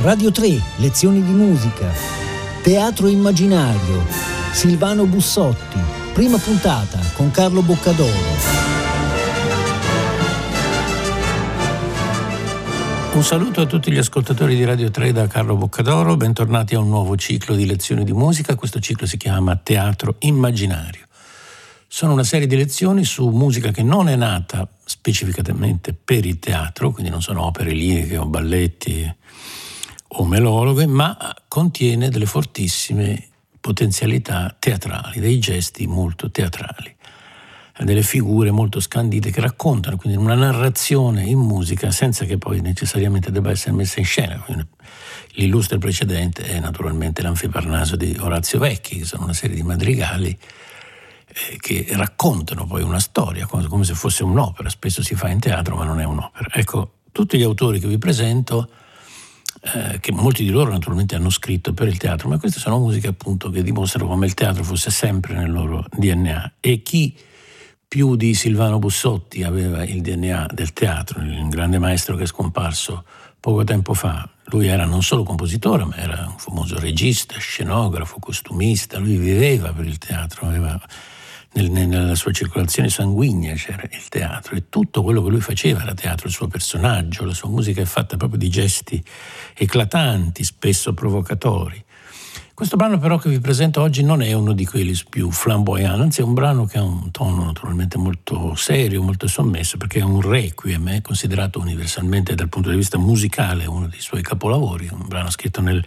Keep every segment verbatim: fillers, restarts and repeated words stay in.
Radio tre, lezioni di musica. Teatro immaginario. Silvano Bussotti. Prima puntata con Carlo Boccadoro. Un saluto a tutti gli ascoltatori di Radio tre da Carlo Boccadoro, bentornati a un nuovo ciclo di lezioni di musica. Questo ciclo si chiama Teatro Immaginario. Sono una serie di lezioni su musica che non è nata specificatamente per il teatro, quindi non sono opere liriche o balletti o melologhe, ma contiene delle fortissime potenzialità teatrali, dei gesti molto teatrali, delle figure molto scandite che raccontano, quindi una narrazione in musica senza che poi necessariamente debba essere messa in scena. Quindi l'illustre precedente è naturalmente l'Anfiparnaso di Orazio Vecchi, che sono una serie di madrigali eh, che raccontano poi una storia, come, come se fosse un'opera. Spesso si fa in teatro, ma non è un'opera. Ecco, tutti gli autori che vi presento, eh, che molti di loro naturalmente hanno scritto per il teatro, ma queste sono musiche appunto che dimostrano come il teatro fosse sempre nel loro D N A. E chi più di Silvano Bussotti aveva il D N A del teatro, il grande maestro che è scomparso poco tempo fa. Lui era non solo compositore, ma era un famoso regista, scenografo, costumista. Lui viveva per il teatro, aveva nel, nella sua circolazione sanguigna c'era il teatro, e tutto quello che lui faceva era teatro. Il suo personaggio, la sua musica è fatta proprio di gesti eclatanti, spesso provocatori. Questo brano però che vi presento oggi non è uno di quelli più flamboyant, anzi è un brano che ha un tono naturalmente molto serio, molto sommesso, perché è un requiem, è considerato universalmente dal punto di vista musicale uno dei suoi capolavori, un brano scritto nel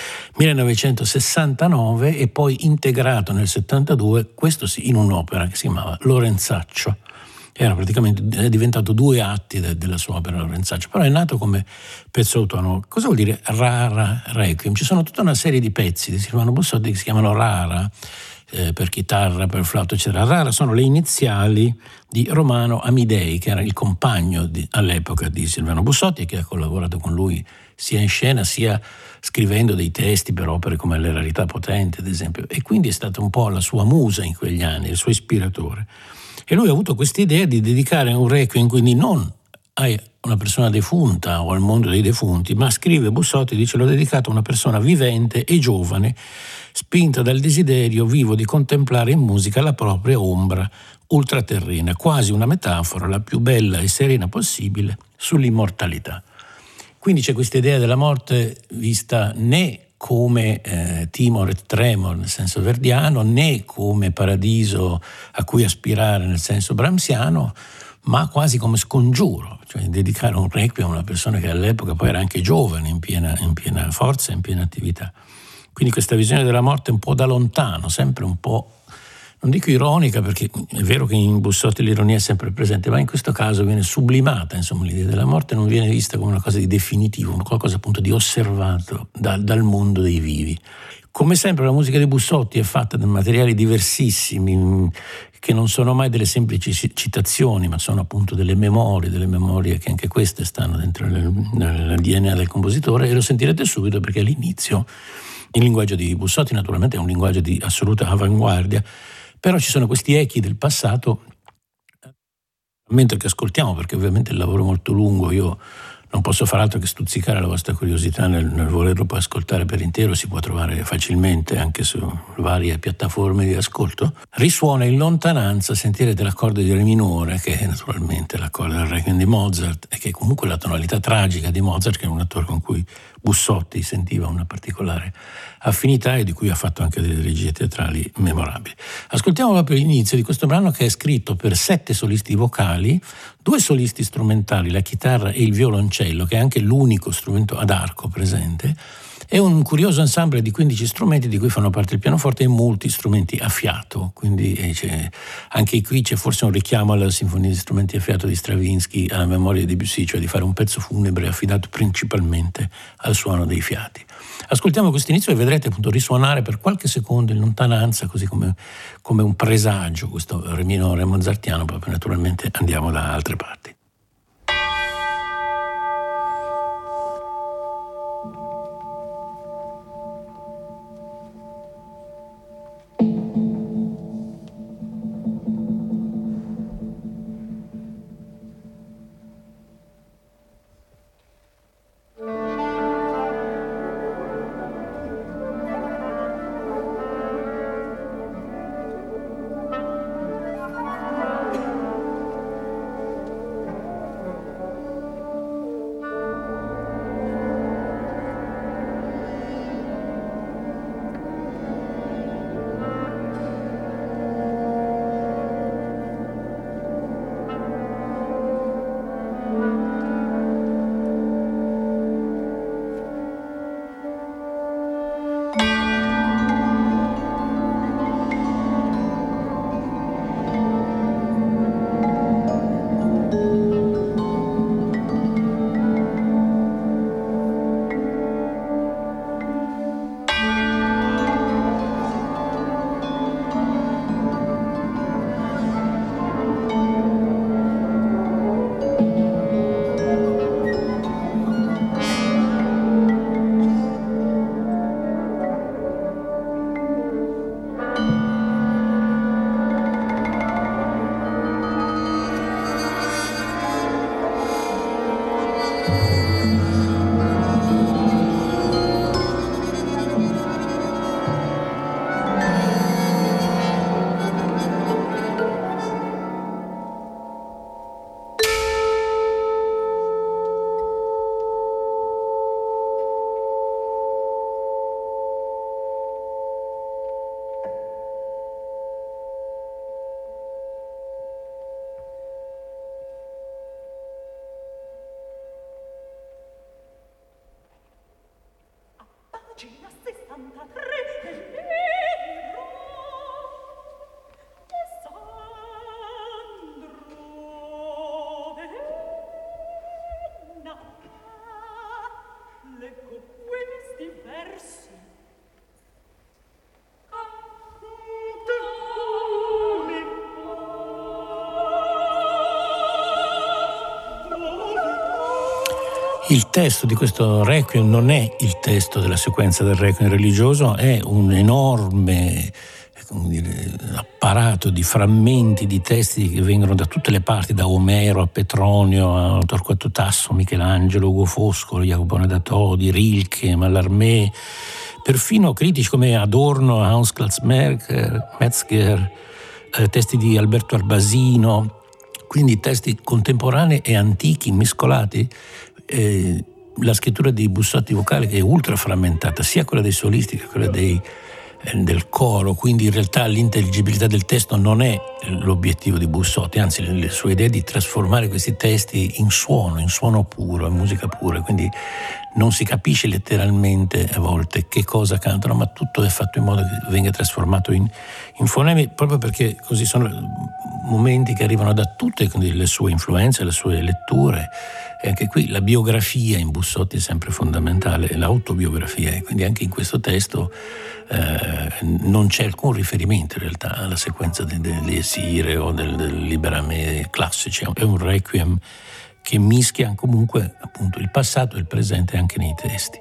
millenovecentosessantanove e poi integrato nel settantadue, questo sì, in un'opera che si chiamava Lorenzaccio. Era praticamente è diventato due atti de, della sua opera Lorenzaccio, però è nato come pezzo autonomo. Cosa vuol dire Rara Requiem? Ci sono tutta una serie di pezzi di Silvano Bussotti che si chiamano Rara, eh, per chitarra, per flauto, eccetera. Rara sono le iniziali di Romano Amidei, che era il compagno di, all'epoca di Silvano Bussotti e che ha collaborato con lui sia in scena sia scrivendo dei testi per opere come Le rarità potenti, ad esempio. E quindi è stata un po' la sua musa in quegli anni, il suo ispiratore. E lui ha avuto questa idea di dedicare un requiem, quindi non a una persona defunta o al mondo dei defunti, ma scrive Bussotti, dice: l'ho dedicato a una persona vivente e giovane, spinta dal desiderio vivo di contemplare in musica la propria ombra ultraterrena, quasi una metafora, la più bella e serena possibile, sull'immortalità. Quindi c'è questa idea della morte vista né come eh, timor et tremor nel senso verdiano, né come paradiso a cui aspirare nel senso brahmsiano, ma quasi come scongiuro, cioè dedicare un requiem a una persona che all'epoca poi era anche giovane, in piena, in piena forza, in piena attività. Quindi questa visione della morte un po' da lontano, sempre un po', non dico ironica, perché è vero che in Bussotti l'ironia è sempre presente, ma in questo caso viene sublimata, insomma, l'idea della morte non viene vista come una cosa di definitivo, ma qualcosa appunto di osservato dal, dal mondo dei vivi. Come sempre la musica di Bussotti è fatta da materiali diversissimi, che non sono mai delle semplici citazioni, ma sono appunto delle memorie, delle memorie che anche queste stanno dentro nel, nel D N A del compositore, e lo sentirete subito perché all'inizio il linguaggio di Bussotti naturalmente è un linguaggio di assoluta avanguardia, però ci sono questi echi del passato mentre che ascoltiamo, perché ovviamente il lavoro è molto lungo, io non posso far altro che stuzzicare la vostra curiosità nel, nel volerlo poi ascoltare per intero. Si può trovare facilmente anche su varie piattaforme di ascolto. Risuona in lontananza, sentirete l'accordo di re minore, che è naturalmente l'accordo del Requiem di Mozart, e che è comunque la tonalità tragica di Mozart, che è un attore con cui Bussotti sentiva una particolare affinità e di cui ha fatto anche delle regie teatrali memorabili. Ascoltiamo proprio l'inizio di questo brano, che è scritto per sette solisti vocali, due solisti strumentali, la chitarra e il violoncello, che è anche l'unico strumento ad arco presente, e un curioso ensemble di quindici strumenti, di cui fanno parte il pianoforte e molti strumenti a fiato. Quindi eh, c'è, anche qui c'è forse un richiamo alla sinfonia di strumenti a fiato di Stravinsky, alla memoria di Debussy, cioè di fare un pezzo funebre affidato principalmente al suono dei fiati. Ascoltiamo questo inizio e vedrete appunto risuonare per qualche secondo in lontananza, così come, come un presagio, questo re minore mozartiano. Poi naturalmente andiamo da altre parti. Il testo di questo Requiem non è il testo della sequenza del Requiem religioso, è un enorme, come dire, apparato di frammenti di testi che vengono da tutte le parti, da Omero a Petronio a Torquato Tasso, Michelangelo, Ugo Foscolo, Jacopone da Todi, Rilke, Mallarmé, perfino critici come Adorno, Hans Klaus Metzger, eh, testi di Alberto Arbasino, quindi testi contemporanei e antichi mescolati. Eh, la scrittura di Bussotti vocale, che è ultra frammentata, sia quella dei solisti che quella dei, eh, del coro, quindi in realtà l'intelligibilità del testo non è l'obiettivo di Bussotti, anzi le, le sue idee di trasformare questi testi in suono, in suono puro, in musica pura, quindi non si capisce letteralmente a volte che cosa cantano, ma tutto è fatto in modo che venga trasformato in, in fonemi, proprio perché così sono momenti che arrivano da tutte le sue influenze, le sue letture. E anche qui la biografia in Bussotti è sempre fondamentale, l'autobiografia, e quindi anche in questo testo eh, non c'è alcun riferimento in realtà alla sequenza degli Esire o del, del Liberame classici. È un requiem che mischia comunque appunto il passato e il presente anche nei testi.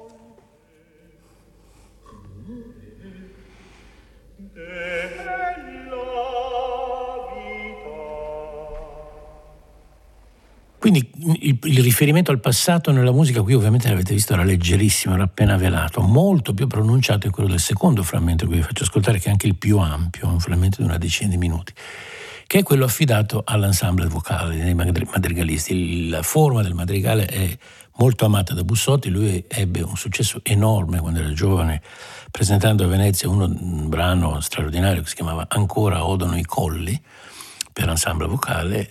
Quindi il, il riferimento al passato nella musica qui ovviamente l'avete visto, era leggerissimo, era appena velato, molto più pronunciato è quello del secondo frammento che vi faccio ascoltare, che è anche il più ampio, un frammento di una decina di minuti, che è quello affidato all'ensemble vocale dei madrigalisti. La forma del madrigale è molto amata da Bussotti, lui ebbe un successo enorme quando era giovane, presentando a Venezia uno, un brano straordinario che si chiamava Ancora odono i colli, per ensemble vocale,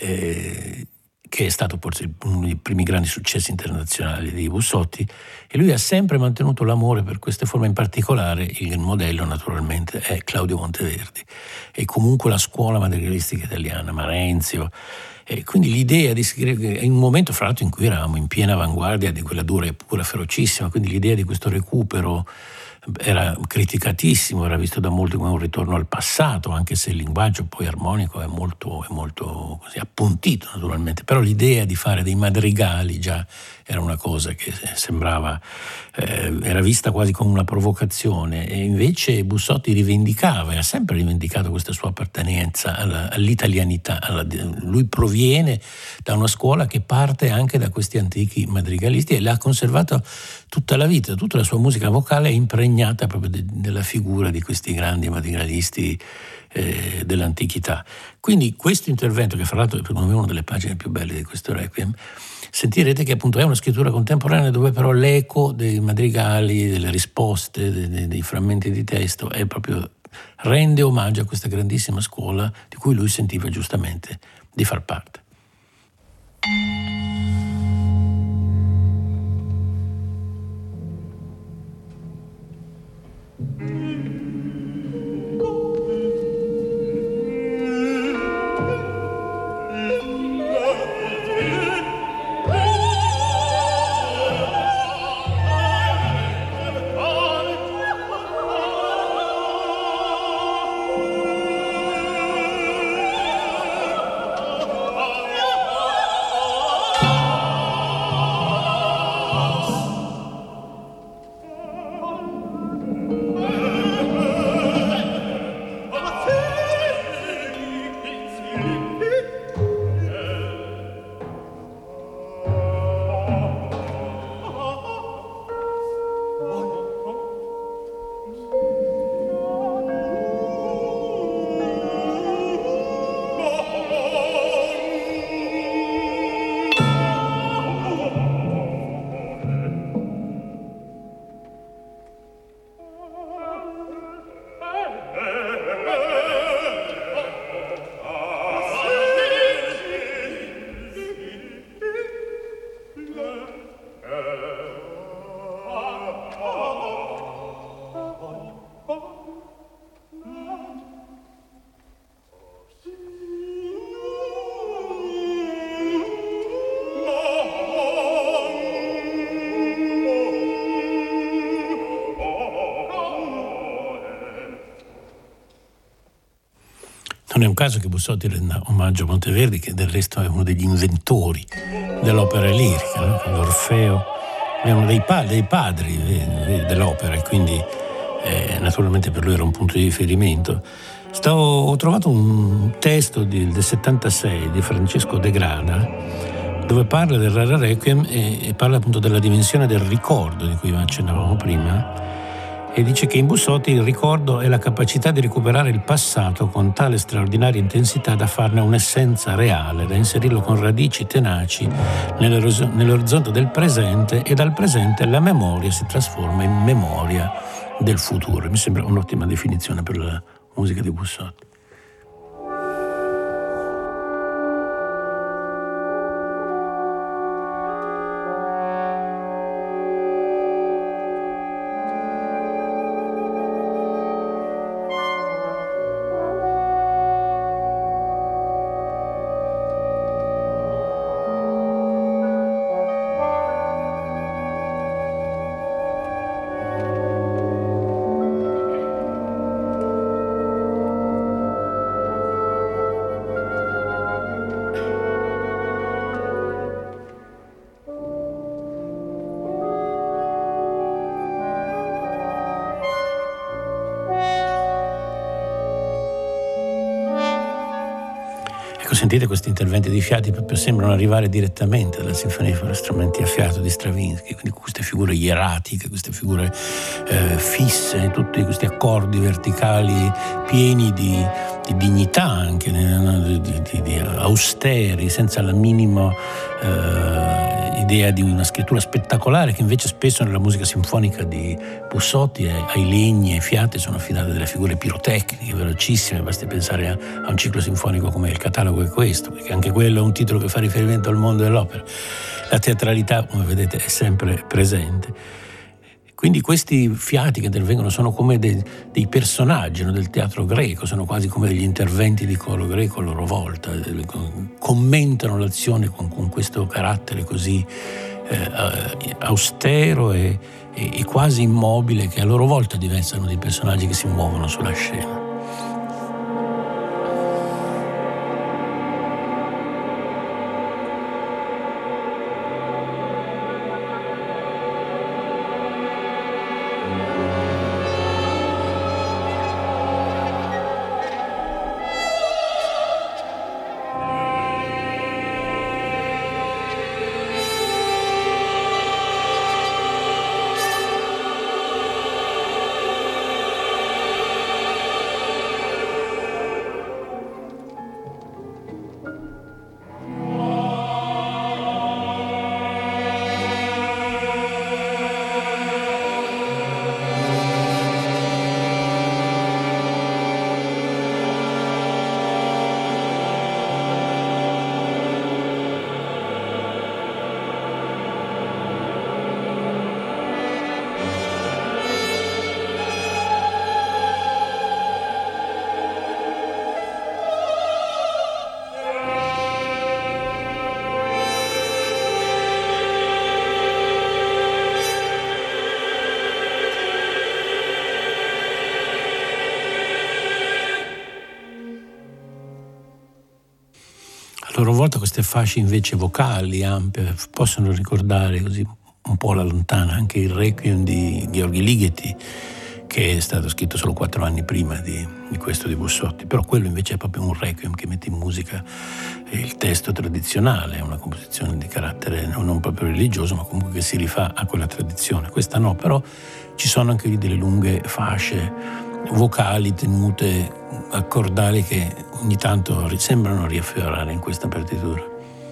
e che è stato forse uno dei primi grandi successi internazionali di Bussotti, e lui ha sempre mantenuto l'amore per queste forme, in particolare il modello naturalmente è Claudio Monteverdi e comunque la scuola madrigalistica italiana, Marenzio, e quindi l'idea di scrivere in un momento fra l'altro in cui eravamo in piena avanguardia di quella dura e pura ferocissima, quindi l'idea di questo recupero era criticatissimo, era visto da molti come un ritorno al passato, anche se il linguaggio poi armonico è molto, è molto così appuntito naturalmente, però l'idea di fare dei madrigali già era una cosa che sembrava, eh, era vista quasi come una provocazione, e invece Bussotti rivendicava e ha sempre rivendicato questa sua appartenenza alla, all'italianità. Alla, lui proviene da una scuola che parte anche da questi antichi madrigalisti e l'ha conservato tutta la vita, tutta la sua musica vocale è impregnata proprio de, della figura di questi grandi madrigalisti eh, dell'antichità. Quindi questo intervento, che fra l'altro è secondo me una delle pagine più belle di questo Requiem, sentirete che appunto è una scrittura contemporanea dove però l'eco dei madrigali, delle risposte, dei, dei, dei frammenti di testo è proprio, rende omaggio a questa grandissima scuola di cui lui sentiva giustamente di far parte. Oh Non è un caso che Bussotti renda omaggio a Monteverdi, che del resto è uno degli inventori dell'opera lirica, no? L'Orfeo è uno dei, pa- dei padri dell'opera, e quindi eh, naturalmente per lui era un punto di riferimento. Sto, ho trovato un testo di, del settantasei di Francesco De Grada, dove parla del Rara Requiem e, e parla appunto della dimensione del ricordo di cui accennavamo prima, e dice che in Bussotti il ricordo è la capacità di recuperare il passato con tale straordinaria intensità da farne un'essenza reale, da inserirlo con radici tenaci nell'orizzonte del presente, e dal presente la memoria si trasforma in memoria del futuro. Mi sembra un'ottima definizione per la musica di Bussotti. Sentite questi interventi di fiati, proprio sembrano arrivare direttamente dalla Sinfonia per strumenti a fiato di Stravinsky, quindi queste figure ieratiche, queste figure eh, fisse, tutti questi accordi verticali pieni di, di dignità anche, di, di, di, di austeri, senza la minima eh, idea di una scrittura spettacolare, che invece spesso nella musica sinfonica di Bussotti eh, ai legni e ai fiati sono affidate delle figure pirotecniche velocissime. Basti pensare a, a un ciclo sinfonico come il Catalogo è questo, perché anche quello è un titolo che fa riferimento al mondo dell'opera. La teatralità, come vedete, è sempre presente. Quindi questi fiati che intervengono sono come dei, dei personaggi, no, del teatro greco, sono quasi come degli interventi di coro greco a loro volta, commentano l'azione con, con questo carattere così eh, austero e, e, e quasi immobile, che a loro volta diventano dei personaggi che si muovono sulla scena. A loro volta queste fasce invece vocali ampie possono ricordare così un po' alla lontana anche il Requiem di Gheorghi Ligeti, che è stato scritto solo quattro anni prima di, di questo di Bussotti, però quello invece è proprio un Requiem che mette in musica il testo tradizionale, è una composizione di carattere non proprio religioso, ma comunque che si rifà a quella tradizione. Questa no, però ci sono anche lì delle lunghe fasce vocali tenute accordali che ogni tanto sembrano riaffiorare in questa partitura.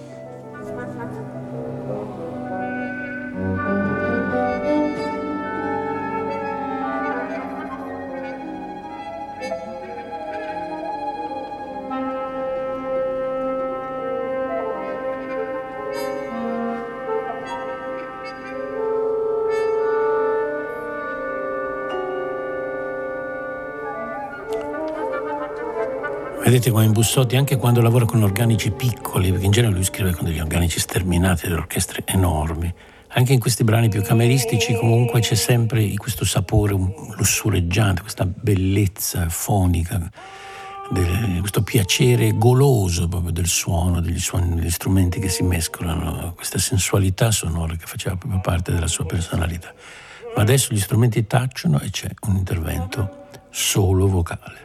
Vedete come in Bussotti, anche quando lavora con organici piccoli, perché in genere lui scrive con degli organici sterminati, delle orchestre enormi, anche in questi brani più cameristici comunque c'è sempre questo sapore lussureggiante, questa bellezza fonica, del, questo piacere goloso proprio del suono, degli suoni, degli strumenti che si mescolano, questa sensualità sonora che faceva proprio parte della sua personalità. Ma adesso gli strumenti tacciono e c'è un intervento solo vocale.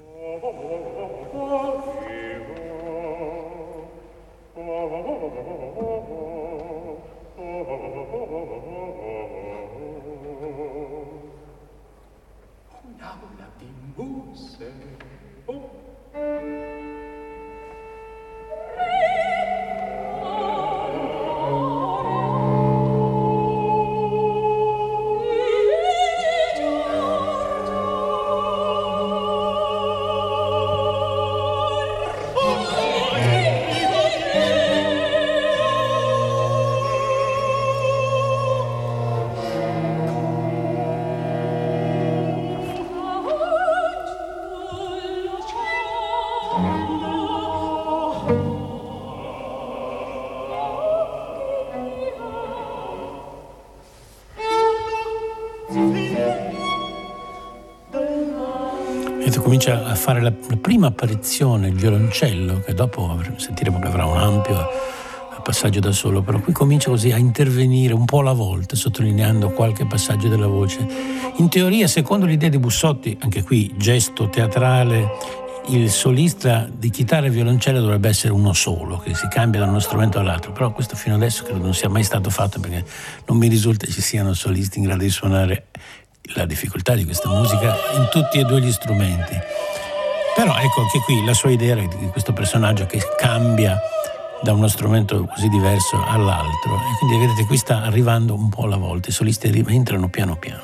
Comincia a fare la, la prima apparizione il violoncello, che dopo sentiremo che avrà un ampio passaggio da solo, però qui comincia così a intervenire un po' alla volta, sottolineando qualche passaggio della voce. In teoria, secondo l'idea di Bussotti, anche qui gesto teatrale, il solista di chitarra e violoncello dovrebbe essere uno solo, che si cambia da uno strumento all'altro, però questo fino adesso credo non sia mai stato fatto, perché non mi risulta ci siano solisti in grado di suonare la difficoltà di questa musica in tutti e due gli strumenti. Però ecco anche qui la sua idea di questo personaggio che cambia da uno strumento così diverso all'altro, e quindi vedete qui sta arrivando un po' alla volta, i solisti entrano piano piano.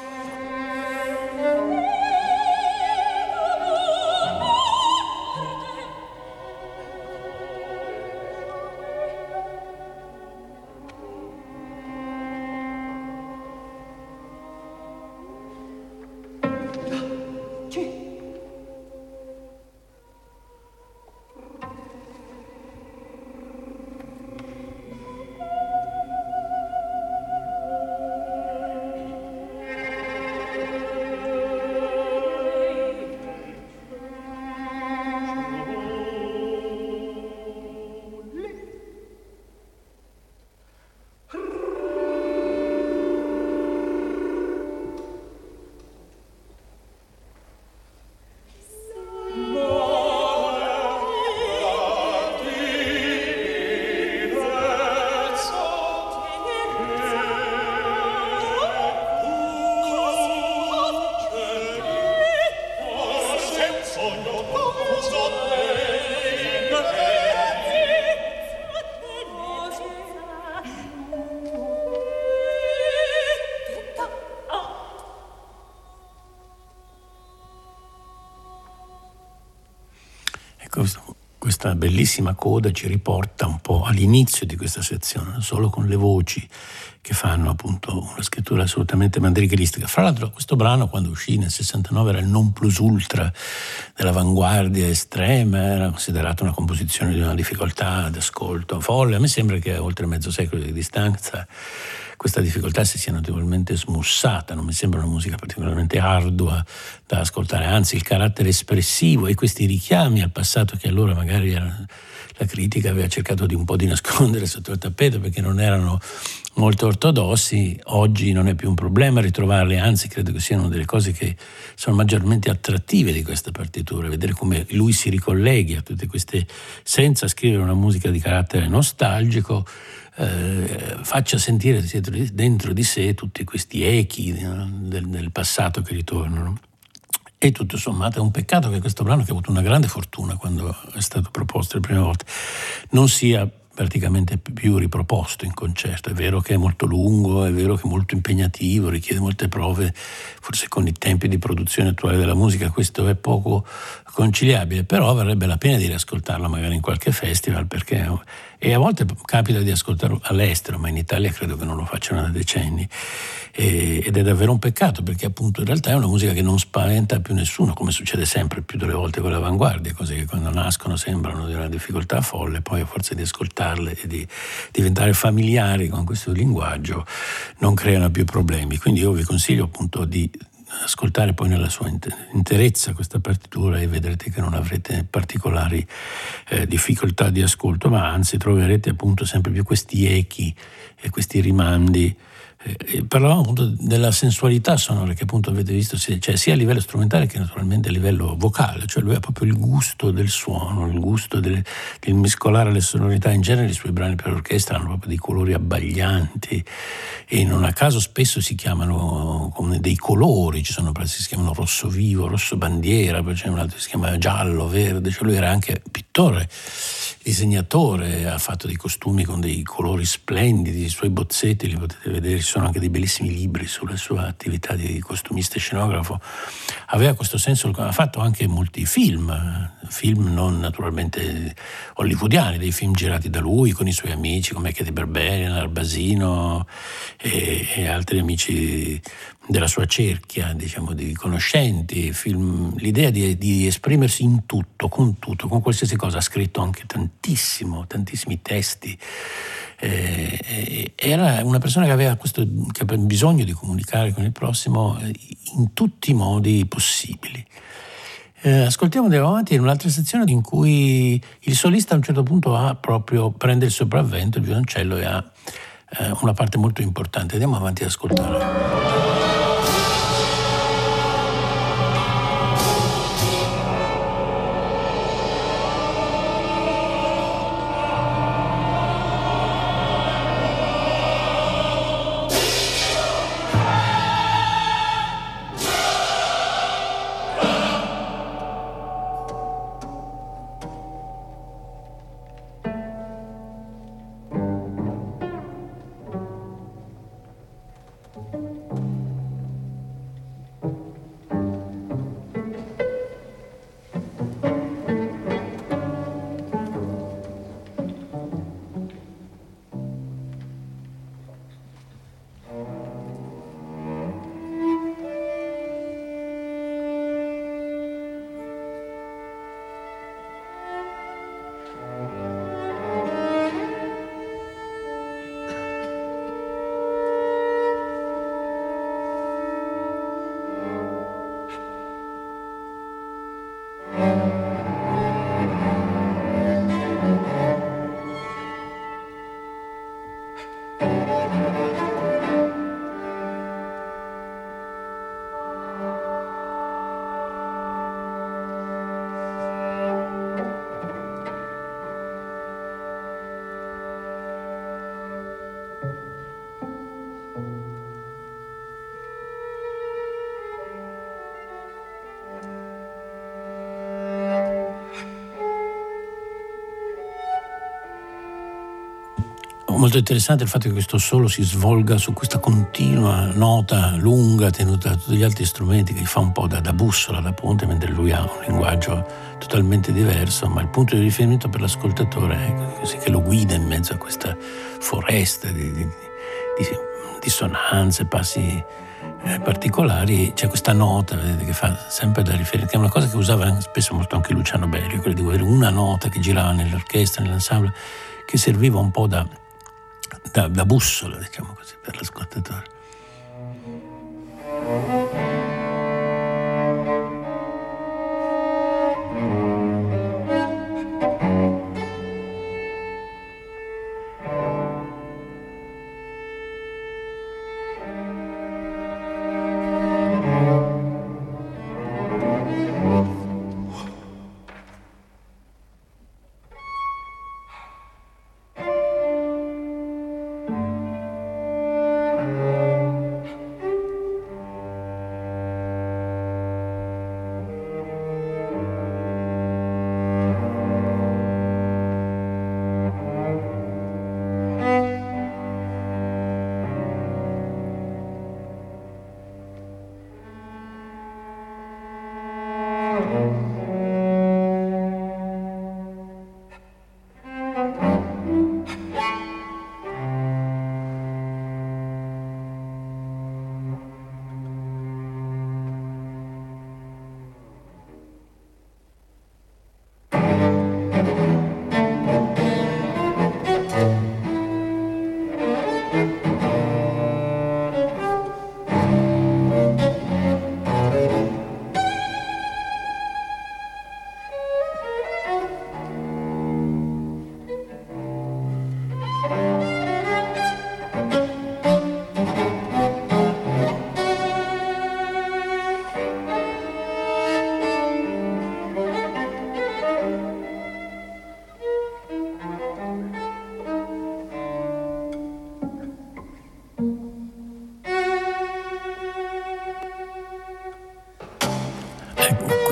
Questa bellissima coda ci riporta un po' all'inizio di questa sezione, solo con le voci che fanno appunto una scrittura assolutamente madrigalistica. Fra l'altro questo brano, quando uscì nel sessantanove, era il non plus ultra dell'avanguardia estrema, era considerato una composizione di una difficoltà d'ascolto folle. A me sembra che a oltre mezzo secolo di distanza questa difficoltà si sia notevolmente smussata, non mi sembra una musica particolarmente ardua da ascoltare, anzi il carattere espressivo e questi richiami al passato che allora magari era, la critica aveva cercato di un po' di nascondere sotto il tappeto perché non erano molto ortodossi, oggi non è più un problema ritrovarli, anzi credo che siano delle cose che sono maggiormente attrattive di questa partitura, vedere come lui si ricolleghi a tutte queste, senza scrivere una musica di carattere nostalgico, eh, faccia sentire dentro di sé tutti questi echi del, del passato che ritornano. E tutto sommato è un peccato che questo brano, che ha avuto una grande fortuna quando è stato proposto le prime volte, non sia praticamente più riproposto in concerto. È vero che è molto lungo, è vero che è molto impegnativo, richiede molte prove, forse con i tempi di produzione attuale della musica questo è poco conciliabile, però varrebbe la pena di riascoltarlo magari in qualche festival, perché e a volte capita di ascoltarlo all'estero, ma in Italia credo che non lo facciano da decenni, e, ed è davvero un peccato, perché appunto in realtà è una musica che non spaventa più nessuno, come succede sempre più delle volte con l'avanguardia, cose che quando nascono sembrano di una difficoltà folle, poi a forza di ascoltarle e di diventare familiari con questo linguaggio non creano più problemi. Quindi io vi consiglio appunto di ascoltare poi nella sua interezza questa partitura e vedrete che non avrete particolari eh, difficoltà di ascolto, ma anzi troverete appunto sempre più questi echi e questi rimandi. Eh, parlavamo appunto della sensualità sonora che appunto avete visto, cioè sia a livello strumentale che naturalmente a livello vocale, cioè lui ha proprio il gusto del suono, il gusto del, del mescolare le sonorità. In genere i suoi brani per orchestra hanno proprio dei colori abbaglianti e non a caso spesso si chiamano come dei colori, ci sono si chiamano rosso vivo, rosso bandiera, poi c'è un altro che si chiama giallo, verde, cioè lui era anche pittore, disegnatore, ha fatto dei costumi con dei colori splendidi, i suoi bozzetti li potete vedere, ci sono anche dei bellissimi libri sulla sua attività di costumista e scenografo. Aveva questo senso, ha fatto anche molti film, film non naturalmente hollywoodiani, dei film girati da lui con i suoi amici come Katy Berberian, Arbasino e, e altri amici della sua cerchia, diciamo, di conoscenti. Film, l'idea di, di esprimersi in tutto, con tutto, con qualsiasi cosa. Ha scritto anche tantissimo, tantissimi testi. Eh, era una persona che aveva questo che aveva bisogno di comunicare con il prossimo in tutti i modi possibili. Eh, ascoltiamo, andiamo avanti in un'altra sezione in cui il solista a un certo punto ha proprio prende il sopravvento, il violoncello, e ha eh, una parte molto importante. Andiamo avanti ad ascoltare. Molto interessante il fatto che questo solo si svolga su questa continua nota lunga tenuta da tutti gli altri strumenti, che fa un po' da, da bussola, da ponte, mentre lui ha un linguaggio totalmente diverso, ma il punto di riferimento per l'ascoltatore è così, che lo guida in mezzo a questa foresta di, di, di dissonanze, passi eh, particolari. C'è questa nota, vedete, che fa sempre da riferimento, che è una cosa che usava spesso molto anche Luciano Berio, quella di avere una nota che girava nell'orchestra, nell'ensemble, che serviva un po' da Da, da bussola, diciamo così, per l'ascoltatore.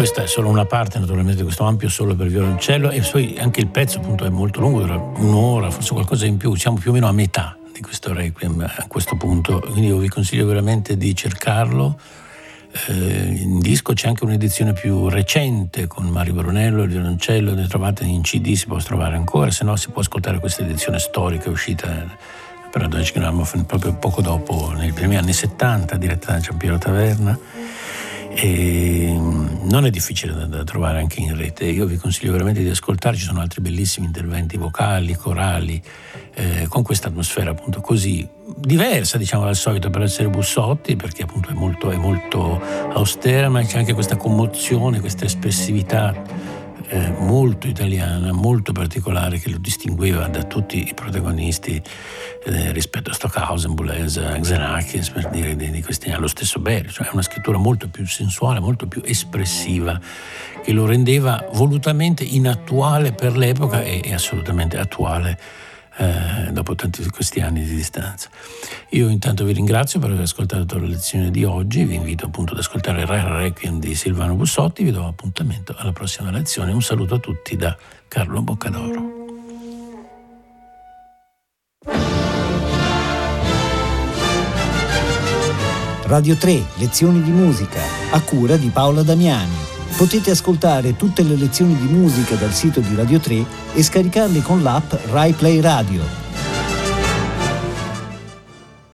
questa è solo una parte naturalmente di questo ampio solo per violoncello, e poi anche il pezzo appunto è molto lungo, dura un'ora, forse qualcosa in più, siamo più o meno a metà di questo Requiem a questo punto, quindi io vi consiglio veramente di cercarlo. Eh, in disco c'è anche un'edizione più recente con Mario Brunello, il violoncello, le trovate in C D, si può trovare ancora, se no si può ascoltare questa edizione storica uscita per la Deutsche Grammophon proprio poco dopo, nei primi anni settanta, diretta da Giampiero Taverna. E non è difficile da, da trovare anche in rete. Io vi consiglio veramente di ascoltare, ci sono altri bellissimi interventi vocali, corali, eh, con questa atmosfera appunto così diversa, diciamo, dal solito per essere Bussotti, perché appunto è molto, è molto austera, ma c'è anche questa commozione, questa espressività eh, molto italiana, molto particolare, che lo distingueva da tutti i protagonisti eh, rispetto a Stockhausen, Boulez, Xenakis, per dire di, di questi anni, lo stesso Berio, cioè è una scrittura molto più sensuale, molto più espressiva, che lo rendeva volutamente inattuale per l'epoca e, e assolutamente attuale Eh, dopo tanti questi anni di distanza. Io intanto vi ringrazio per aver ascoltato la lezione di oggi, vi invito appunto ad ascoltare il Requiem di Silvano Bussotti, vi do appuntamento alla prossima lezione. Un saluto a tutti da Carlo Boccadoro. Radio tre, lezioni di musica, a cura di Paola Damiani. Potete ascoltare tutte le lezioni di musica dal sito di Radio tre e scaricarle con l'app Rai Play Radio.